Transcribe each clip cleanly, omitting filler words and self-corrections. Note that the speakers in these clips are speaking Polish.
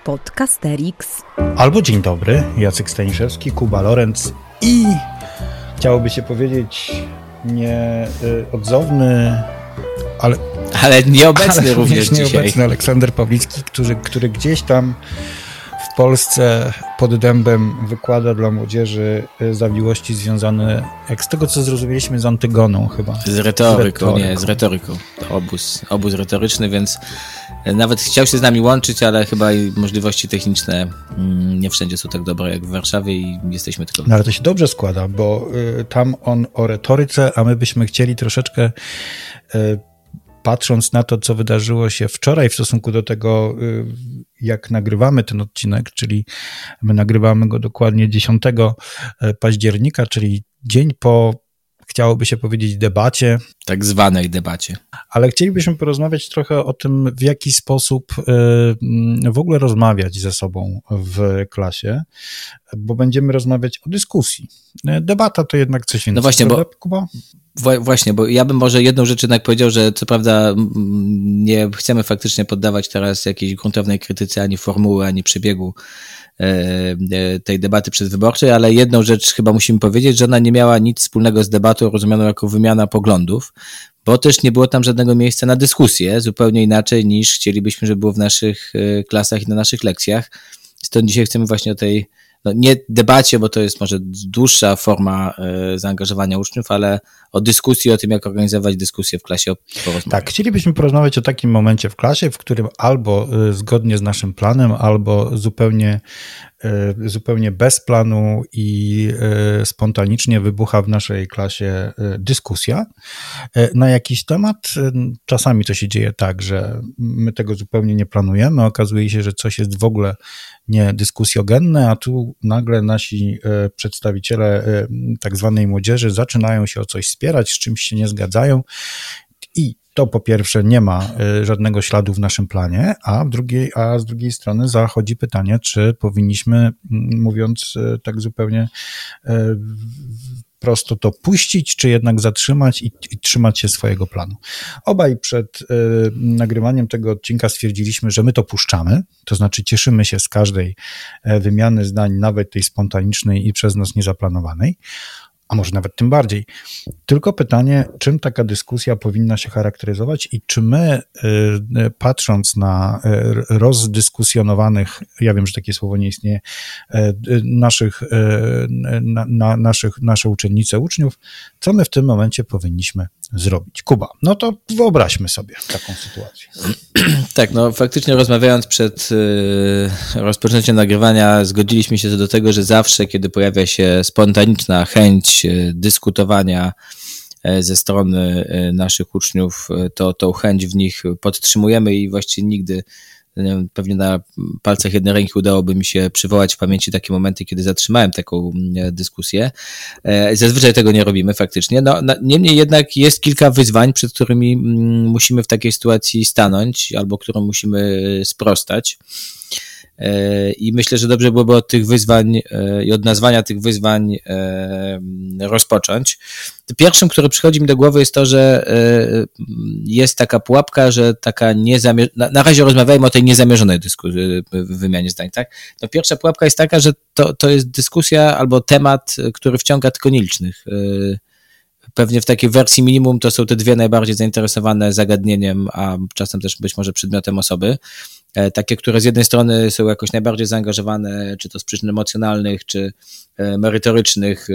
Podcasterix. Albo dzień dobry, Jacek Staniszewski, Kuba Lorenz i chciałoby się powiedzieć nieodzowny, ale nieobecny również nieobecny dzisiaj. Aleksander Pawlicki, który gdzieś tam w Polsce pod dębem wykłada dla młodzieży zawiłości związane, jak z tego co zrozumieliśmy, z Antygoną chyba. Z retoryką. Z retoryką. To obóz retoryczny, więc nawet chciał się z nami łączyć, ale chyba i możliwości techniczne nie wszędzie są tak dobre jak w Warszawie i jesteśmy tylko... No ale to się dobrze składa, bo tam on o retoryce, a my byśmy chcieli troszeczkę patrząc na to, co wydarzyło się wczoraj w stosunku do tego, jak nagrywamy ten odcinek, czyli my nagrywamy go dokładnie 10 października, czyli dzień po, chciałoby się powiedzieć, debacie. Tak zwanej debacie. Ale chcielibyśmy porozmawiać trochę o tym, w jaki sposób w ogóle rozmawiać ze sobą w klasie, bo będziemy rozmawiać o dyskusji. Debata to jednak coś innego. No właśnie, Kuba? Właśnie, bo ja bym może jedną rzecz jednak powiedział, że co prawda nie chcemy faktycznie poddawać teraz jakiejś gruntownej krytyce ani formuły, ani przebiegu tej debaty przedwyborczej, ale jedną rzecz chyba musimy powiedzieć, że ona nie miała nic wspólnego z debatą rozumianą jako wymiana poglądów, bo też nie było tam żadnego miejsca na dyskusję, zupełnie inaczej niż chcielibyśmy, żeby było w naszych klasach i na naszych lekcjach. Stąd dzisiaj chcemy właśnie o tej nie debacie, bo to jest może dłuższa forma zaangażowania uczniów, ale o dyskusji, o tym, jak organizować dyskusję w klasie. Tak, chcielibyśmy porozmawiać o takim momencie w klasie, w którym albo zgodnie z naszym planem, albo zupełnie bez planu i spontanicznie wybucha w naszej klasie dyskusja na jakiś temat. Czasami to się dzieje tak, że my tego zupełnie nie planujemy, okazuje się, że coś jest w ogóle nie dyskusjogenne, a tu nagle nasi przedstawiciele tak zwanej młodzieży zaczynają się o coś spierać, z czymś się nie zgadzają i to po pierwsze nie ma żadnego śladu w naszym planie, a z drugiej strony zachodzi pytanie, czy powinniśmy, mówiąc tak zupełnie prosto, to puścić, czy jednak zatrzymać i trzymać się swojego planu. Obaj przed nagrywaniem tego odcinka stwierdziliśmy, że my to puszczamy, to znaczy cieszymy się z każdej wymiany zdań, nawet tej spontanicznej i przez nas niezaplanowanej, a może nawet tym bardziej. Tylko pytanie, czym taka dyskusja powinna się charakteryzować i czy my, patrząc na rozdyskusjonowanych, ja wiem, że takie słowo nie istnieje, nasze uczennice, uczniów, co my w tym momencie powinniśmy zrobić? Kuba, no to wyobraźmy sobie taką sytuację. Tak, no faktycznie rozmawiając przed rozpoczęciem nagrywania zgodziliśmy się do tego, że zawsze, kiedy pojawia się spontaniczna chęć dyskutowania ze strony naszych uczniów, to tą chęć w nich podtrzymujemy i właściwie nigdy, pewnie na palcach jednej ręki udałoby mi się przywołać w pamięci takie momenty, kiedy zatrzymałem taką dyskusję. Zazwyczaj tego nie robimy faktycznie. Niemniej jednak jest kilka wyzwań, przed którymi musimy w takiej sytuacji stanąć albo którym musimy sprostać. I myślę, że dobrze byłoby od tych wyzwań i od nazwania tych wyzwań rozpocząć. Pierwszym, który przychodzi mi do głowy, jest to, że jest taka pułapka, że taka na razie rozmawiajmy o tej niezamierzonej wymianie zdań, tak? No pierwsza pułapka jest taka, że to jest dyskusja albo temat, który wciąga tylko nielicznych. Pewnie w takiej wersji minimum to są te dwie najbardziej zainteresowane zagadnieniem, a czasem też być może przedmiotem osoby. Takie, które z jednej strony są jakoś najbardziej zaangażowane, czy to z przyczyn emocjonalnych, czy merytorycznych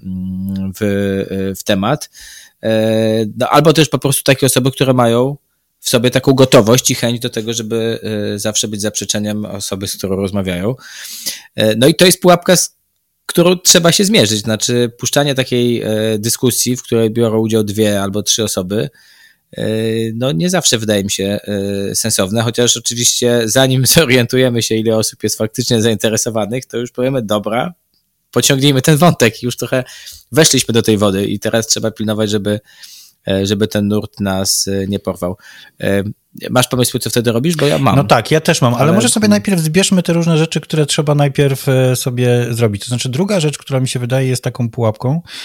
w temat. No, albo też po prostu takie osoby, które mają w sobie taką gotowość i chęć do tego, żeby zawsze być zaprzeczeniem osoby, z którą rozmawiają. No i to jest pułapka, z którą trzeba się zmierzyć. Znaczy puszczanie takiej dyskusji, w której biorą udział 2 albo 3 osoby, no nie zawsze wydaje mi się sensowne, chociaż oczywiście zanim zorientujemy się, ile osób jest faktycznie zainteresowanych, to już powiemy, dobra, pociągnijmy ten wątek i już trochę weszliśmy do tej wody i teraz trzeba pilnować, żeby ten nurt nas nie porwał. Masz pomysły, co wtedy robisz? Bo ja mam. No tak, ja też mam, ale może sobie najpierw zbierzmy te różne rzeczy, które trzeba najpierw sobie zrobić. To znaczy druga rzecz, która mi się wydaje jest taką pułapką.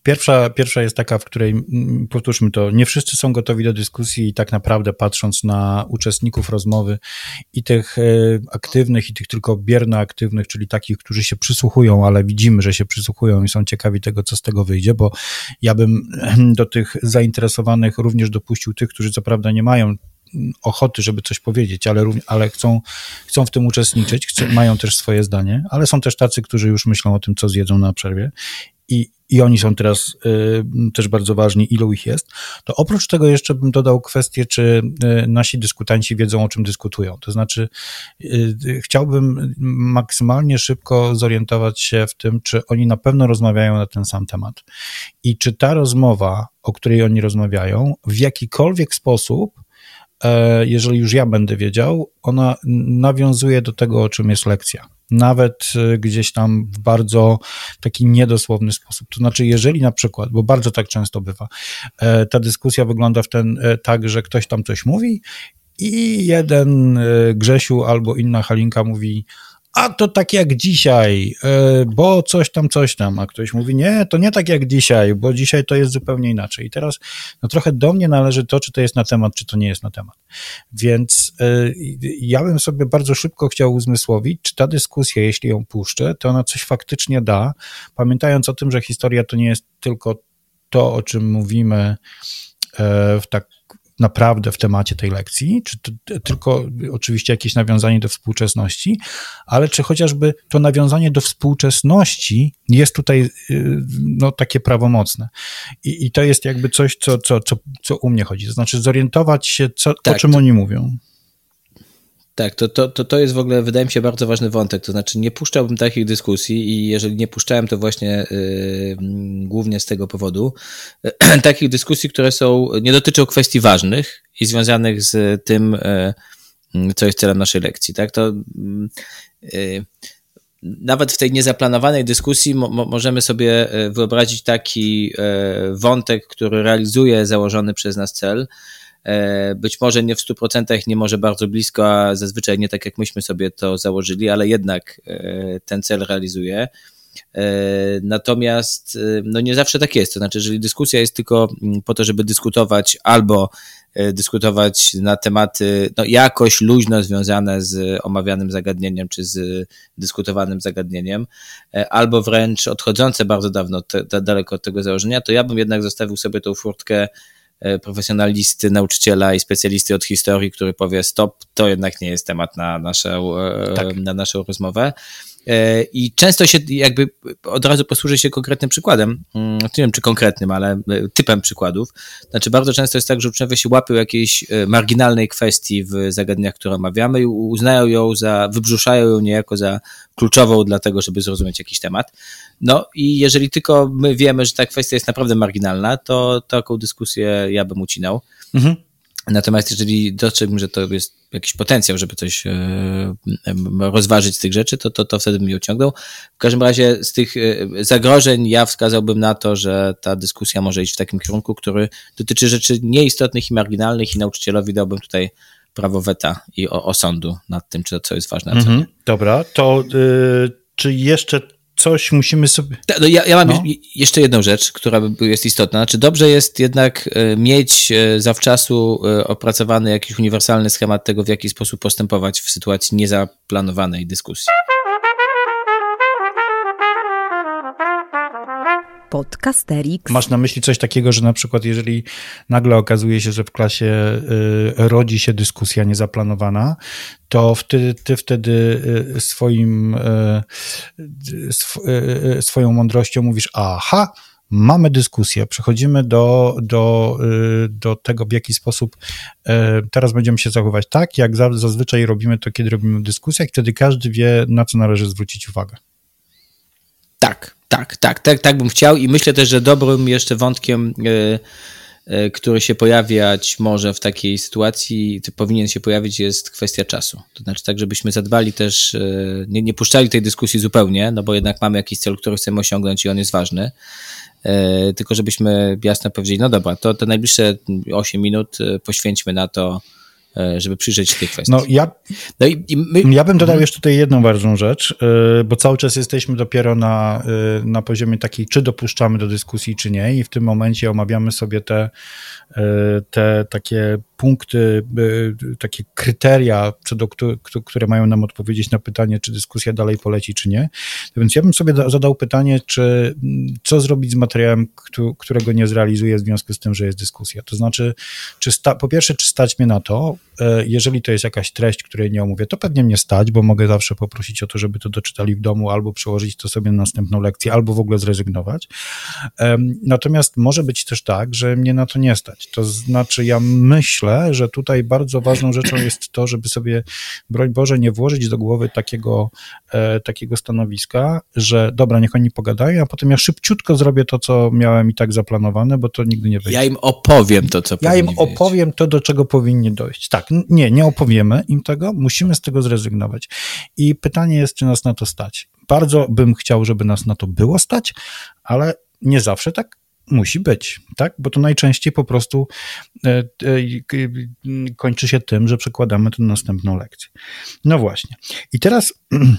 Pierwsza jest taka, w której, powtórzmy to, nie wszyscy są gotowi do dyskusji i tak naprawdę patrząc na uczestników rozmowy i tych aktywnych i tych tylko bierno aktywnych, czyli takich, którzy się przysłuchują, ale widzimy, że się przysłuchują i są ciekawi tego, co z tego wyjdzie, bo ja bym do tych zainteresowanych również dopuścił tych, którzy co prawda nie mają ochoty, żeby coś powiedzieć, ale chcą w tym uczestniczyć, mają też swoje zdanie, ale są też tacy, którzy już myślą o tym, co zjedzą na przerwie i oni są teraz też bardzo ważni, ilu ich jest, to oprócz tego jeszcze bym dodał kwestię, czy nasi dyskutanci wiedzą, o czym dyskutują. To znaczy chciałbym maksymalnie szybko zorientować się w tym, czy oni na pewno rozmawiają na ten sam temat i czy ta rozmowa, o której oni rozmawiają, w jakikolwiek sposób, jeżeli już ja będę wiedział, ona nawiązuje do tego, o czym jest lekcja. Nawet gdzieś tam w bardzo taki niedosłowny sposób. To znaczy, jeżeli na przykład, bo bardzo tak często bywa, ta dyskusja wygląda tak, że ktoś tam coś mówi i jeden Grzesiu albo inna Halinka mówi: a to tak jak dzisiaj, bo coś tam, a ktoś mówi: nie, to nie tak jak dzisiaj, bo dzisiaj to jest zupełnie inaczej. I teraz no trochę do mnie należy to, czy to jest na temat, czy to nie jest na temat. Więc ja bym sobie bardzo szybko chciał uzmysłowić, czy ta dyskusja, jeśli ją puszczę, to ona coś faktycznie da, pamiętając o tym, że historia to nie jest tylko to, o czym mówimy naprawdę w temacie tej lekcji, czy to tylko oczywiście jakieś nawiązanie do współczesności, ale czy chociażby to nawiązanie do współczesności jest tutaj no, takie prawomocne. I to jest jakby coś, co u mnie chodzi. To znaczy zorientować się, o czym oni mówią. Tak, to jest w ogóle, wydaje mi się, bardzo ważny wątek, to znaczy nie puszczałbym takich dyskusji i jeżeli nie puszczałem, to właśnie głównie z tego powodu, takich dyskusji, które nie dotyczą kwestii ważnych i związanych z tym, co jest celem naszej lekcji, tak, to nawet w tej niezaplanowanej dyskusji możemy sobie wyobrazić taki wątek, który realizuje założony przez nas cel. Być może nie w 100%, nie może bardzo blisko, a zazwyczaj nie tak jak myśmy sobie to założyli, ale jednak ten cel realizuje. Natomiast no nie zawsze tak jest, to znaczy jeżeli dyskusja jest tylko po to, żeby dyskutować albo dyskutować na tematy no jakoś luźno związane z omawianym zagadnieniem czy z dyskutowanym zagadnieniem, albo wręcz odchodzące bardzo daleko od tego założenia, to ja bym jednak zostawił sobie tą furtkę profesjonalisty, nauczyciela i specjalisty od historii, który powie: stop, to jednak nie jest temat na naszą rozmowę. I często się jakby od razu posłużę się konkretnym przykładem, nie wiem czy konkretnym, ale typem przykładów. Znaczy bardzo często jest tak, że uczniowie się łapią jakiejś marginalnej kwestii w zagadnieniach, które omawiamy i uznają ją wybrzuszają ją niejako za kluczową dla tego, żeby zrozumieć jakiś temat. No i jeżeli tylko my wiemy, że ta kwestia jest naprawdę marginalna, to taką dyskusję ja bym ucinał. Mhm. Natomiast jeżeli dostrzegłbym, że to jest jakiś potencjał, żeby coś rozważyć z tych rzeczy, to wtedy bym ją ciągnął. W każdym razie z tych zagrożeń ja wskazałbym na to, że ta dyskusja może iść w takim kierunku, który dotyczy rzeczy nieistotnych i marginalnych i nauczycielowi dałbym tutaj prawo weta i osądu nad tym, czy co jest ważne, a co nie. Dobra, to czy jeszcze coś musimy sobie... No ja mam jeszcze jedną rzecz, która jest istotna. Znaczy dobrze jest jednak mieć zawczasu opracowany jakiś uniwersalny schemat tego, w jaki sposób postępować w sytuacji niezaplanowanej dyskusji. Podcasterix. Masz na myśli coś takiego, że na przykład jeżeli nagle okazuje się, że w klasie rodzi się dyskusja niezaplanowana, to ty wtedy swoją mądrością mówisz: aha, mamy dyskusję, przechodzimy do tego, w jaki sposób teraz będziemy się zachowywać tak, jak zazwyczaj robimy to, kiedy robimy dyskusję, i wtedy każdy wie, na co należy zwrócić uwagę. Tak bym chciał i myślę też, że dobrym jeszcze wątkiem, który się pojawiać może w takiej sytuacji, powinien się pojawić, jest kwestia czasu. To znaczy tak, żebyśmy zadbali też, nie puszczali tej dyskusji zupełnie, no bo jednak mamy jakiś cel, który chcemy osiągnąć i on jest ważny, tylko żebyśmy jasno powiedzieli: no dobra, to te najbliższe 8 minut poświęćmy na to, żeby przyjrzeć się tej kwestii. Ja bym dodał jeszcze tutaj jedną ważną rzecz, bo cały czas jesteśmy dopiero na poziomie takiej, czy dopuszczamy do dyskusji, czy nie, i w tym momencie omawiamy sobie te takie punkty, takie kryteria, które mają nam odpowiedzieć na pytanie, czy dyskusja dalej poleci, czy nie. Więc ja bym sobie zadał pytanie, co zrobić z materiałem, którego nie zrealizuję w związku z tym, że jest dyskusja. To znaczy, po pierwsze, czy stać mnie na to, jeżeli to jest jakaś treść, której nie omówię, to pewnie mnie stać, bo mogę zawsze poprosić o to, żeby to doczytali w domu, albo przełożyć to sobie na następną lekcję, albo w ogóle zrezygnować. Natomiast może być też tak, że mnie na to nie stać. To znaczy, ja myślę, że tutaj bardzo ważną rzeczą jest to, żeby sobie, broń Boże, nie włożyć do głowy takiego stanowiska, że dobra, niech oni pogadają, a potem ja szybciutko zrobię to, co miałem i tak zaplanowane, bo to nigdy nie wyjdzie. Ja im opowiem to, co powinni wiedzieć. Opowiem to, do czego powinni dojść. Tak, nie opowiemy im tego, musimy z tego zrezygnować. I pytanie jest, czy nas na to stać. Bardzo bym chciał, żeby nas na to było stać, ale nie zawsze tak musi być, tak? Bo to najczęściej po prostu kończy się tym, że przekładamy to na następną lekcję. No właśnie. I teraz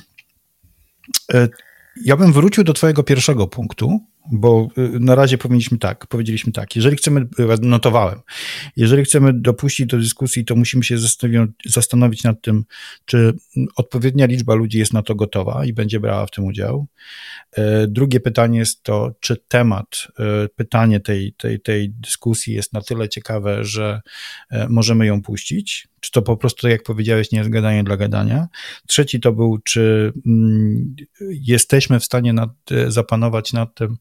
ja bym wrócił do twojego pierwszego punktu, bo na razie powiedzieliśmy tak, jeżeli chcemy dopuścić do dyskusji, to musimy się zastanowić nad tym, czy odpowiednia liczba ludzi jest na to gotowa i będzie brała w tym udział. Drugie pytanie jest to, czy pytanie tej dyskusji jest na tyle ciekawe, że możemy ją puścić, czy to po prostu, jak powiedziałeś, nie jest gadanie dla gadania. Trzeci to był, czy jesteśmy w stanie zapanować nad tym,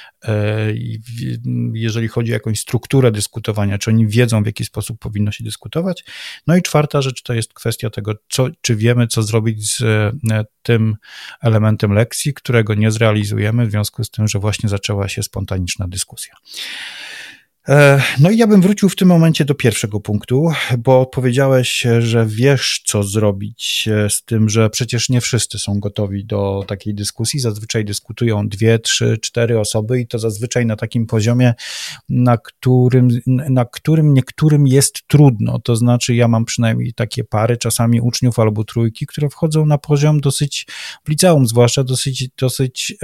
jeżeli chodzi o jakąś strukturę dyskutowania, czy oni wiedzą, w jaki sposób powinno się dyskutować. No i czwarta rzecz to jest kwestia tego, czy wiemy, co zrobić z tym elementem lekcji, którego nie zrealizujemy w związku z tym, że właśnie zaczęła się spontaniczna dyskusja. No i ja bym wrócił w tym momencie do pierwszego punktu, bo powiedziałeś, że wiesz, co zrobić z tym, że przecież nie wszyscy są gotowi do takiej dyskusji. Zazwyczaj dyskutują 2, 3, 4 osoby i to zazwyczaj na takim poziomie, na którym niektórym jest trudno. To znaczy, ja mam przynajmniej takie pary, czasami uczniów albo trójki, które wchodzą na poziom dosyć, w liceum zwłaszcza, dosyć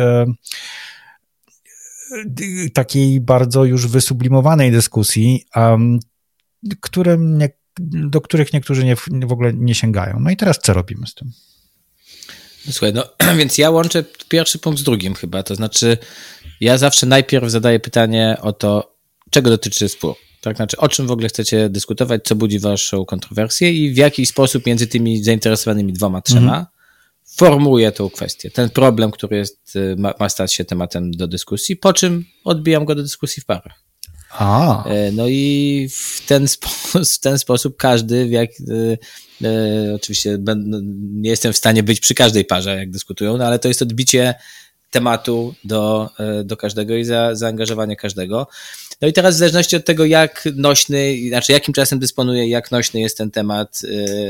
takiej bardzo już wysublimowanej dyskusji, do których niektórzy w ogóle nie sięgają. No i teraz co robimy z tym? Słuchaj, więc ja łączę pierwszy punkt z drugim chyba, to znaczy ja zawsze najpierw zadaję pytanie o to, czego dotyczy spór. Tak, znaczy o czym w ogóle chcecie dyskutować, co budzi waszą kontrowersję i w jaki sposób między tymi zainteresowanymi 2, 3 formułuję tą kwestię. Ten problem, który ma stać się tematem do dyskusji, po czym odbijam go do dyskusji w parach. No i w ten sposób każdy, oczywiście nie jestem w stanie być przy każdej parze, jak dyskutują, no ale to jest odbicie tematu do każdego i zaangażowanie każdego. No i teraz w zależności od tego, jak nośny, znaczy jakim czasem dysponuję, jak nośny jest ten temat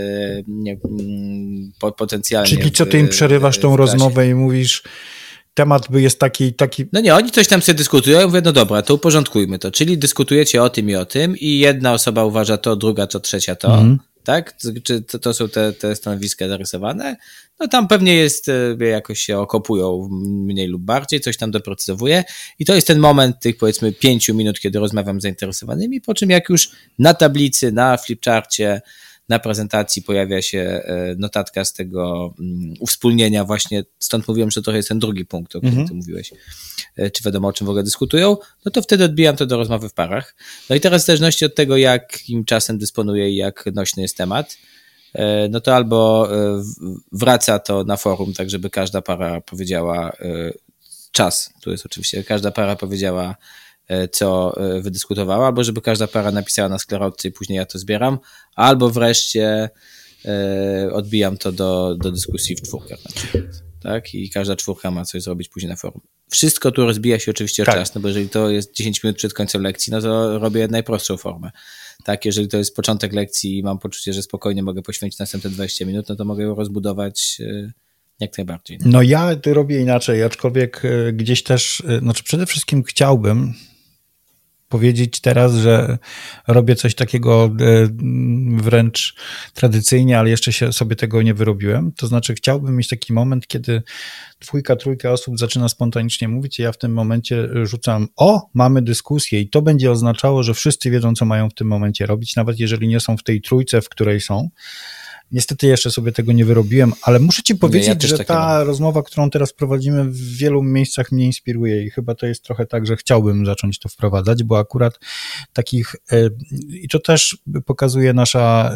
potencjalnie. Czyli co, ty im przerywasz tą rozmowę i mówisz, temat jest taki... No nie, oni coś tam sobie dyskutują, ja mówię, no dobra, to uporządkujmy to, czyli dyskutujecie o tym i jedna osoba uważa to, druga to, trzecia to, tak? Czy to są te stanowiska zarysowane? No tam pewnie jest, jakoś się okopują mniej lub bardziej, coś tam doprecyzowuje i to jest ten moment tych powiedzmy 5 minut, kiedy rozmawiam z zainteresowanymi, po czym jak już na tablicy, na flipcharcie, na prezentacji pojawia się notatka z tego uwspólnienia właśnie, stąd mówiłem, że to jest ten drugi punkt, o którym ty mówiłeś, czy wiadomo o czym w ogóle dyskutują, no to wtedy odbijam to do rozmowy w parach. No i teraz w zależności od tego, jakim czasem dysponuję i jak nośny jest temat, no to albo wraca to na forum, tak żeby każda para powiedziała czas, tu jest oczywiście, każda para powiedziała co wydyskutowała, albo żeby każda para napisała na sklerodce i później ja to zbieram, albo wreszcie odbijam to do dyskusji w czwórkach na przykład, tak? I każda czwórka ma coś zrobić później na forum. Wszystko tu rozbija się oczywiście o czas, no bo jeżeli to jest 10 minut przed końcem lekcji, no to robię najprostszą formę. Tak, jeżeli to jest początek lekcji i mam poczucie, że spokojnie mogę poświęcić następne 20 minut, no to mogę ją rozbudować jak najbardziej. No ja to robię inaczej, aczkolwiek gdzieś też, znaczy przede wszystkim chciałbym, powiedzieć teraz, że robię coś takiego wręcz tradycyjnie, ale jeszcze sobie tego nie wyrobiłem. To znaczy chciałbym mieć taki moment, kiedy 2-3 osób zaczyna spontanicznie mówić i ja w tym momencie rzucam, mamy dyskusję i to będzie oznaczało, że wszyscy wiedzą, co mają w tym momencie robić, nawet jeżeli nie są w tej trójce, w której są. Niestety jeszcze sobie tego nie wyrobiłem, ale muszę ci powiedzieć, że ta rozmowa, którą teraz prowadzimy, w wielu miejscach mnie inspiruje i chyba to jest trochę tak, że chciałbym zacząć to wprowadzać, bo akurat takich, i to też pokazuje nasza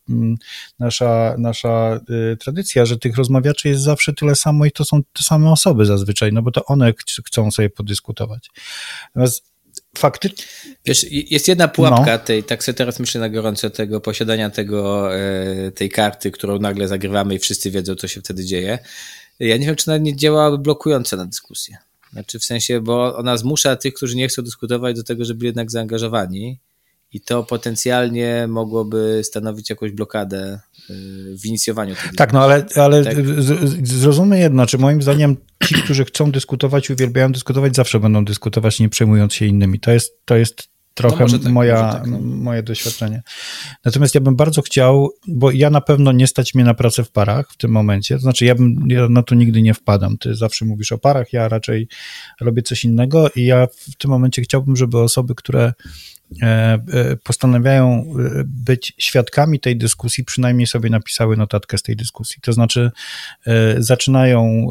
tradycja, że tych rozmawiaczy jest zawsze tyle samo i to są te same osoby zazwyczaj, no bo to one chcą sobie podyskutować. Natomiast faktycznie. Wiesz, jest jedna pułapka tak sobie teraz myślę na gorąco, tego posiadania tej karty, którą nagle zagrywamy i wszyscy wiedzą, co się wtedy dzieje. Ja nie wiem, czy ona nie działałaby blokująco na dyskusję. Znaczy w sensie, bo ona zmusza tych, którzy nie chcą dyskutować, do tego, żeby byli jednak zaangażowani i to potencjalnie mogłoby stanowić jakąś blokadę w inicjowaniu tego. Tak, no ale tak? Zrozummy jedno, czy moim zdaniem ci, którzy chcą dyskutować, uwielbiają dyskutować, zawsze będą dyskutować, nie przejmując się innymi. To jest trochę moje doświadczenie. Natomiast ja bym bardzo chciał, bo ja na pewno nie stać mnie na pracę w parach w tym momencie, to znaczy ja na to nigdy nie wpadam. Ty zawsze mówisz o parach, ja raczej robię coś innego i ja w tym momencie chciałbym, żeby osoby, które postanawiają być świadkami tej dyskusji, przynajmniej sobie napisały notatkę z tej dyskusji. To znaczy zaczynają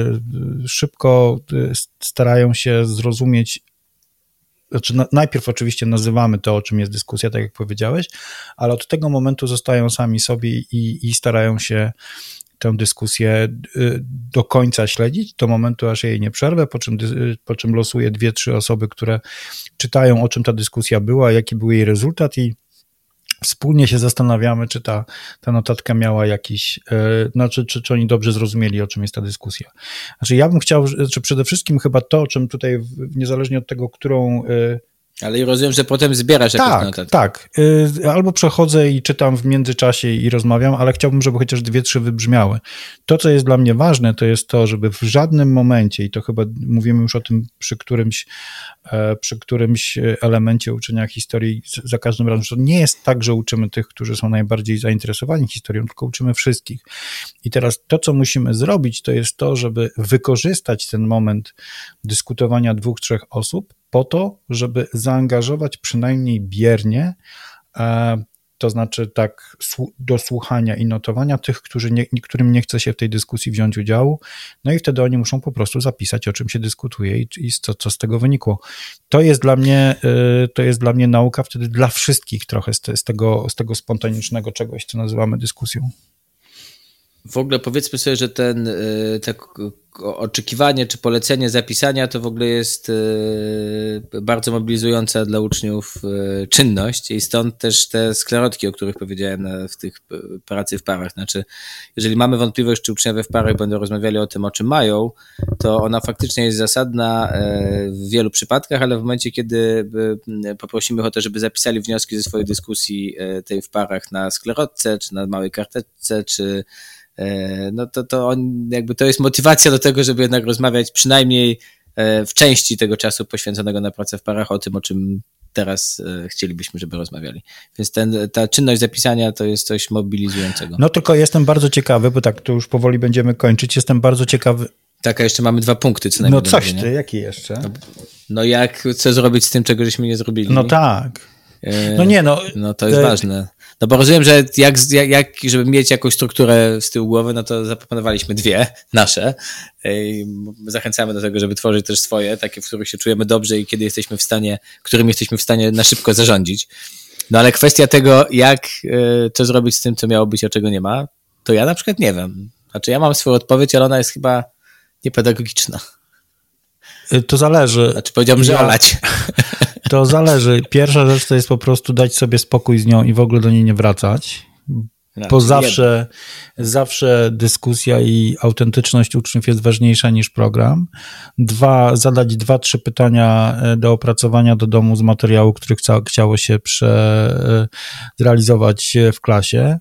szybko, starają się zrozumieć, znaczy najpierw oczywiście nazywamy to, o czym jest dyskusja, tak jak powiedziałeś, ale od tego momentu zostają sami sobie i starają się tę dyskusję do końca śledzić, do momentu, aż jej nie przerwę, po czym losuję 2-3 osoby, które czytają, o czym ta dyskusja była, jaki był jej rezultat i wspólnie się zastanawiamy, czy ta notatka miała jakiś, czy oni dobrze zrozumieli, o czym jest ta dyskusja. Znaczy ja bym chciał, że przede wszystkim chyba to, o czym tutaj, niezależnie od tego, którą... Ale rozumiem, że potem zbierasz jakąś notatkę. Tak. Albo przechodzę i czytam w międzyczasie i rozmawiam, ale chciałbym, żeby chociaż 2-3 wybrzmiały. To, co jest dla mnie ważne, to jest to, żeby w żadnym momencie, i to chyba mówimy już o tym przy którymś elemencie uczenia historii za każdym razem, że to nie jest tak, że uczymy tych, którzy są najbardziej zainteresowani historią, tylko uczymy wszystkich. I teraz to, co musimy zrobić, to jest to, żeby wykorzystać ten moment dyskutowania 2-3 osób po to, żeby zaangażować przynajmniej biernie, to znaczy tak do słuchania i notowania tych, którym nie chce się w tej dyskusji wziąć udziału, no i wtedy oni muszą po prostu zapisać, o czym się dyskutuje i co z tego wynikło. To jest dla mnie nauka wtedy dla wszystkich trochę z tego spontanicznego czegoś, co nazywamy dyskusją. W ogóle powiedzmy sobie, że tak oczekiwanie czy polecenie zapisania to w ogóle jest bardzo mobilizująca dla uczniów czynność i stąd też te sklerotki, o których powiedziałem w tych pracy w parach. Znaczy, jeżeli mamy wątpliwość, czy uczniowie w parach będą rozmawiali o tym, o czym mają, to ona faktycznie jest zasadna w wielu przypadkach, ale w momencie, kiedy poprosimy o to, żeby zapisali wnioski ze swojej dyskusji tej w parach na sklerotce, czy na małej karteczce, czy no to jest motywacja do tego, żeby jednak rozmawiać przynajmniej w części tego czasu poświęconego na pracę w parach o tym, o czym teraz chcielibyśmy, żeby rozmawiali. Więc ta czynność zapisania to jest coś mobilizującego. No tylko jestem bardzo ciekawy, bo tak, to już powoli będziemy kończyć, jestem bardzo ciekawy. Tak, a jeszcze mamy 2 punkty co najmniej. No coś ty, jaki jeszcze? No co zrobić z tym, czego żeśmy nie zrobili? No tak. No to jest ważne. No bo rozumiem, że żeby mieć jakąś strukturę z tyłu głowy, no to zaproponowaliśmy 2 nasze. Zachęcamy do tego, żeby tworzyć też swoje, takie, w których się czujemy dobrze i którym jesteśmy w stanie na szybko zarządzić. No ale kwestia tego, co zrobić z tym, co miało być, a czego nie ma, to ja na przykład nie wiem. Znaczy ja mam swoją odpowiedź, ale ona jest chyba niepedagogiczna. To zależy. Znaczy powiedziałbym, że olać. To zależy. Pierwsza rzecz to jest po prostu dać sobie spokój z nią i w ogóle do niej nie wracać. Bo zawsze dyskusja i autentyczność uczniów jest ważniejsza niż program. 2, zadać 2-3 pytania do opracowania do domu z materiału, który chciało się zrealizować w klasie.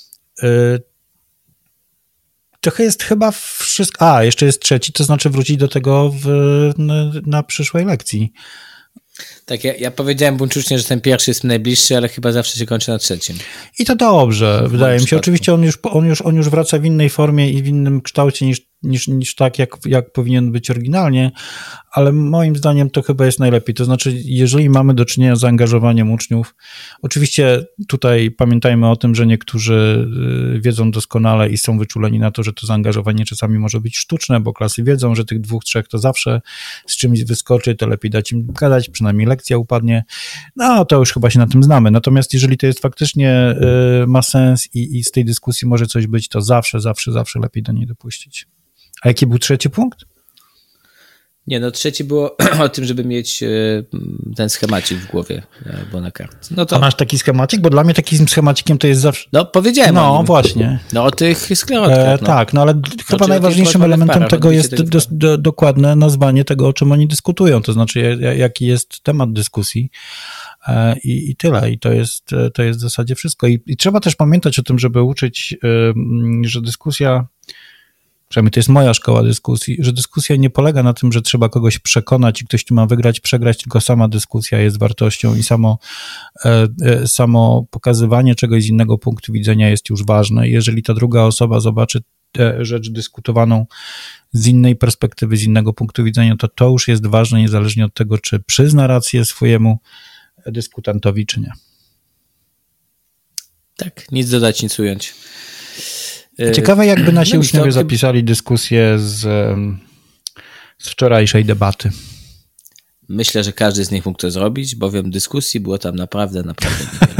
Trochę jest chyba wszystko. Jeszcze jest 3, to znaczy wrócić do tego na przyszłej lekcji. Tak, ja powiedziałem buńczucznie, że ten pierwszy jest najbliższy, ale chyba zawsze się kończy na trzecim. I to dobrze, wydaje mi się. Oczywiście on już wraca w innej formie i w innym kształcie niż tak, jak powinien być oryginalnie, ale moim zdaniem to chyba jest najlepiej. To znaczy, jeżeli mamy do czynienia z zaangażowaniem uczniów, oczywiście tutaj pamiętajmy o tym, że niektórzy wiedzą doskonale i są wyczuleni na to, że to zaangażowanie czasami może być sztuczne, bo klasy wiedzą, że tych 2-3 to zawsze z czymś wyskoczy, to lepiej dać im gadać, przynajmniej lekcja upadnie. No, to już chyba się na tym znamy. Natomiast jeżeli to jest faktycznie ma sens i z tej dyskusji może coś być, to zawsze lepiej do niej dopuścić. A jaki był trzeci punkt? Nie, no trzeci było o tym, żeby mieć ten schemacik w głowie albo na kartce. No to... A masz taki schemacik? Bo dla mnie takim schemacikiem to jest zawsze... No powiedziałem o nim. Właśnie. No o tych sklerotkach. No. Tak, no ale chyba najważniejszym elementem tego jest dokładne nazwanie tego, o czym oni dyskutują, to znaczy jaki jest temat dyskusji i tyle. I to jest w zasadzie wszystko. I trzeba też pamiętać o tym, żeby uczyć, że dyskusja... Przynajmniej to jest moja szkoła dyskusji, że dyskusja nie polega na tym, że trzeba kogoś przekonać i ktoś tu ma wygrać, przegrać, tylko sama dyskusja jest wartością i samo pokazywanie czegoś z innego punktu widzenia jest już ważne. Jeżeli ta druga osoba zobaczy rzecz dyskutowaną z innej perspektywy, z innego punktu widzenia, to już jest ważne, niezależnie od tego, czy przyzna rację swojemu dyskutantowi, czy nie. Tak, nic dodać, nic ująć. Ciekawe, jakby nasi uczniowie zapisali dyskusję z wczorajszej debaty. Myślę, że każdy z nich mógł to zrobić, bowiem dyskusji było tam naprawdę niewiele.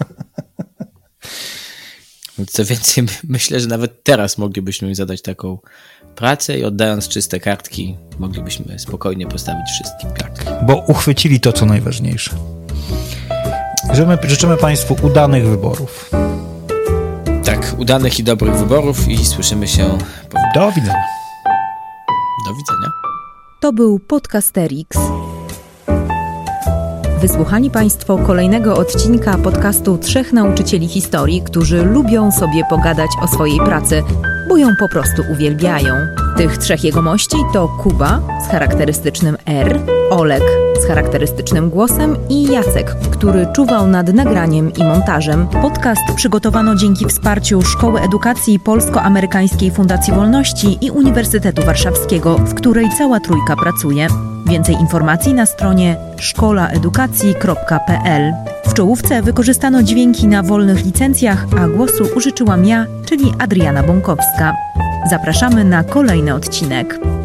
Co więcej, myślę, że nawet teraz moglibyśmy im zadać taką pracę i oddając czyste kartki, moglibyśmy spokojnie postawić wszystkim kartki. Bo uchwycili to, co najważniejsze. Życzymy Państwu udanych wyborów. Tak, udanych i dobrych wyborów i słyszymy się po... Do widzenia. Do widzenia. To był Podcasterix. Wysłuchali Państwo kolejnego odcinka podcastu 3 nauczycieli historii, którzy lubią sobie pogadać o swojej pracy, bo ją po prostu uwielbiają. Tych 3 jegomości to Kuba z charakterystycznym R, Olek z charakterystycznym głosem i Jacek, który czuwał nad nagraniem i montażem. Podcast przygotowano dzięki wsparciu Szkoły Edukacji Polsko-Amerykańskiej Fundacji Wolności i Uniwersytetu Warszawskiego, w której cała trójka pracuje. Więcej informacji na stronie szkolaedukacji.pl. W czołówce wykorzystano dźwięki na wolnych licencjach, a głosu użyczyłam ja, czyli Adriana Bąkowska. Zapraszamy na kolejny odcinek.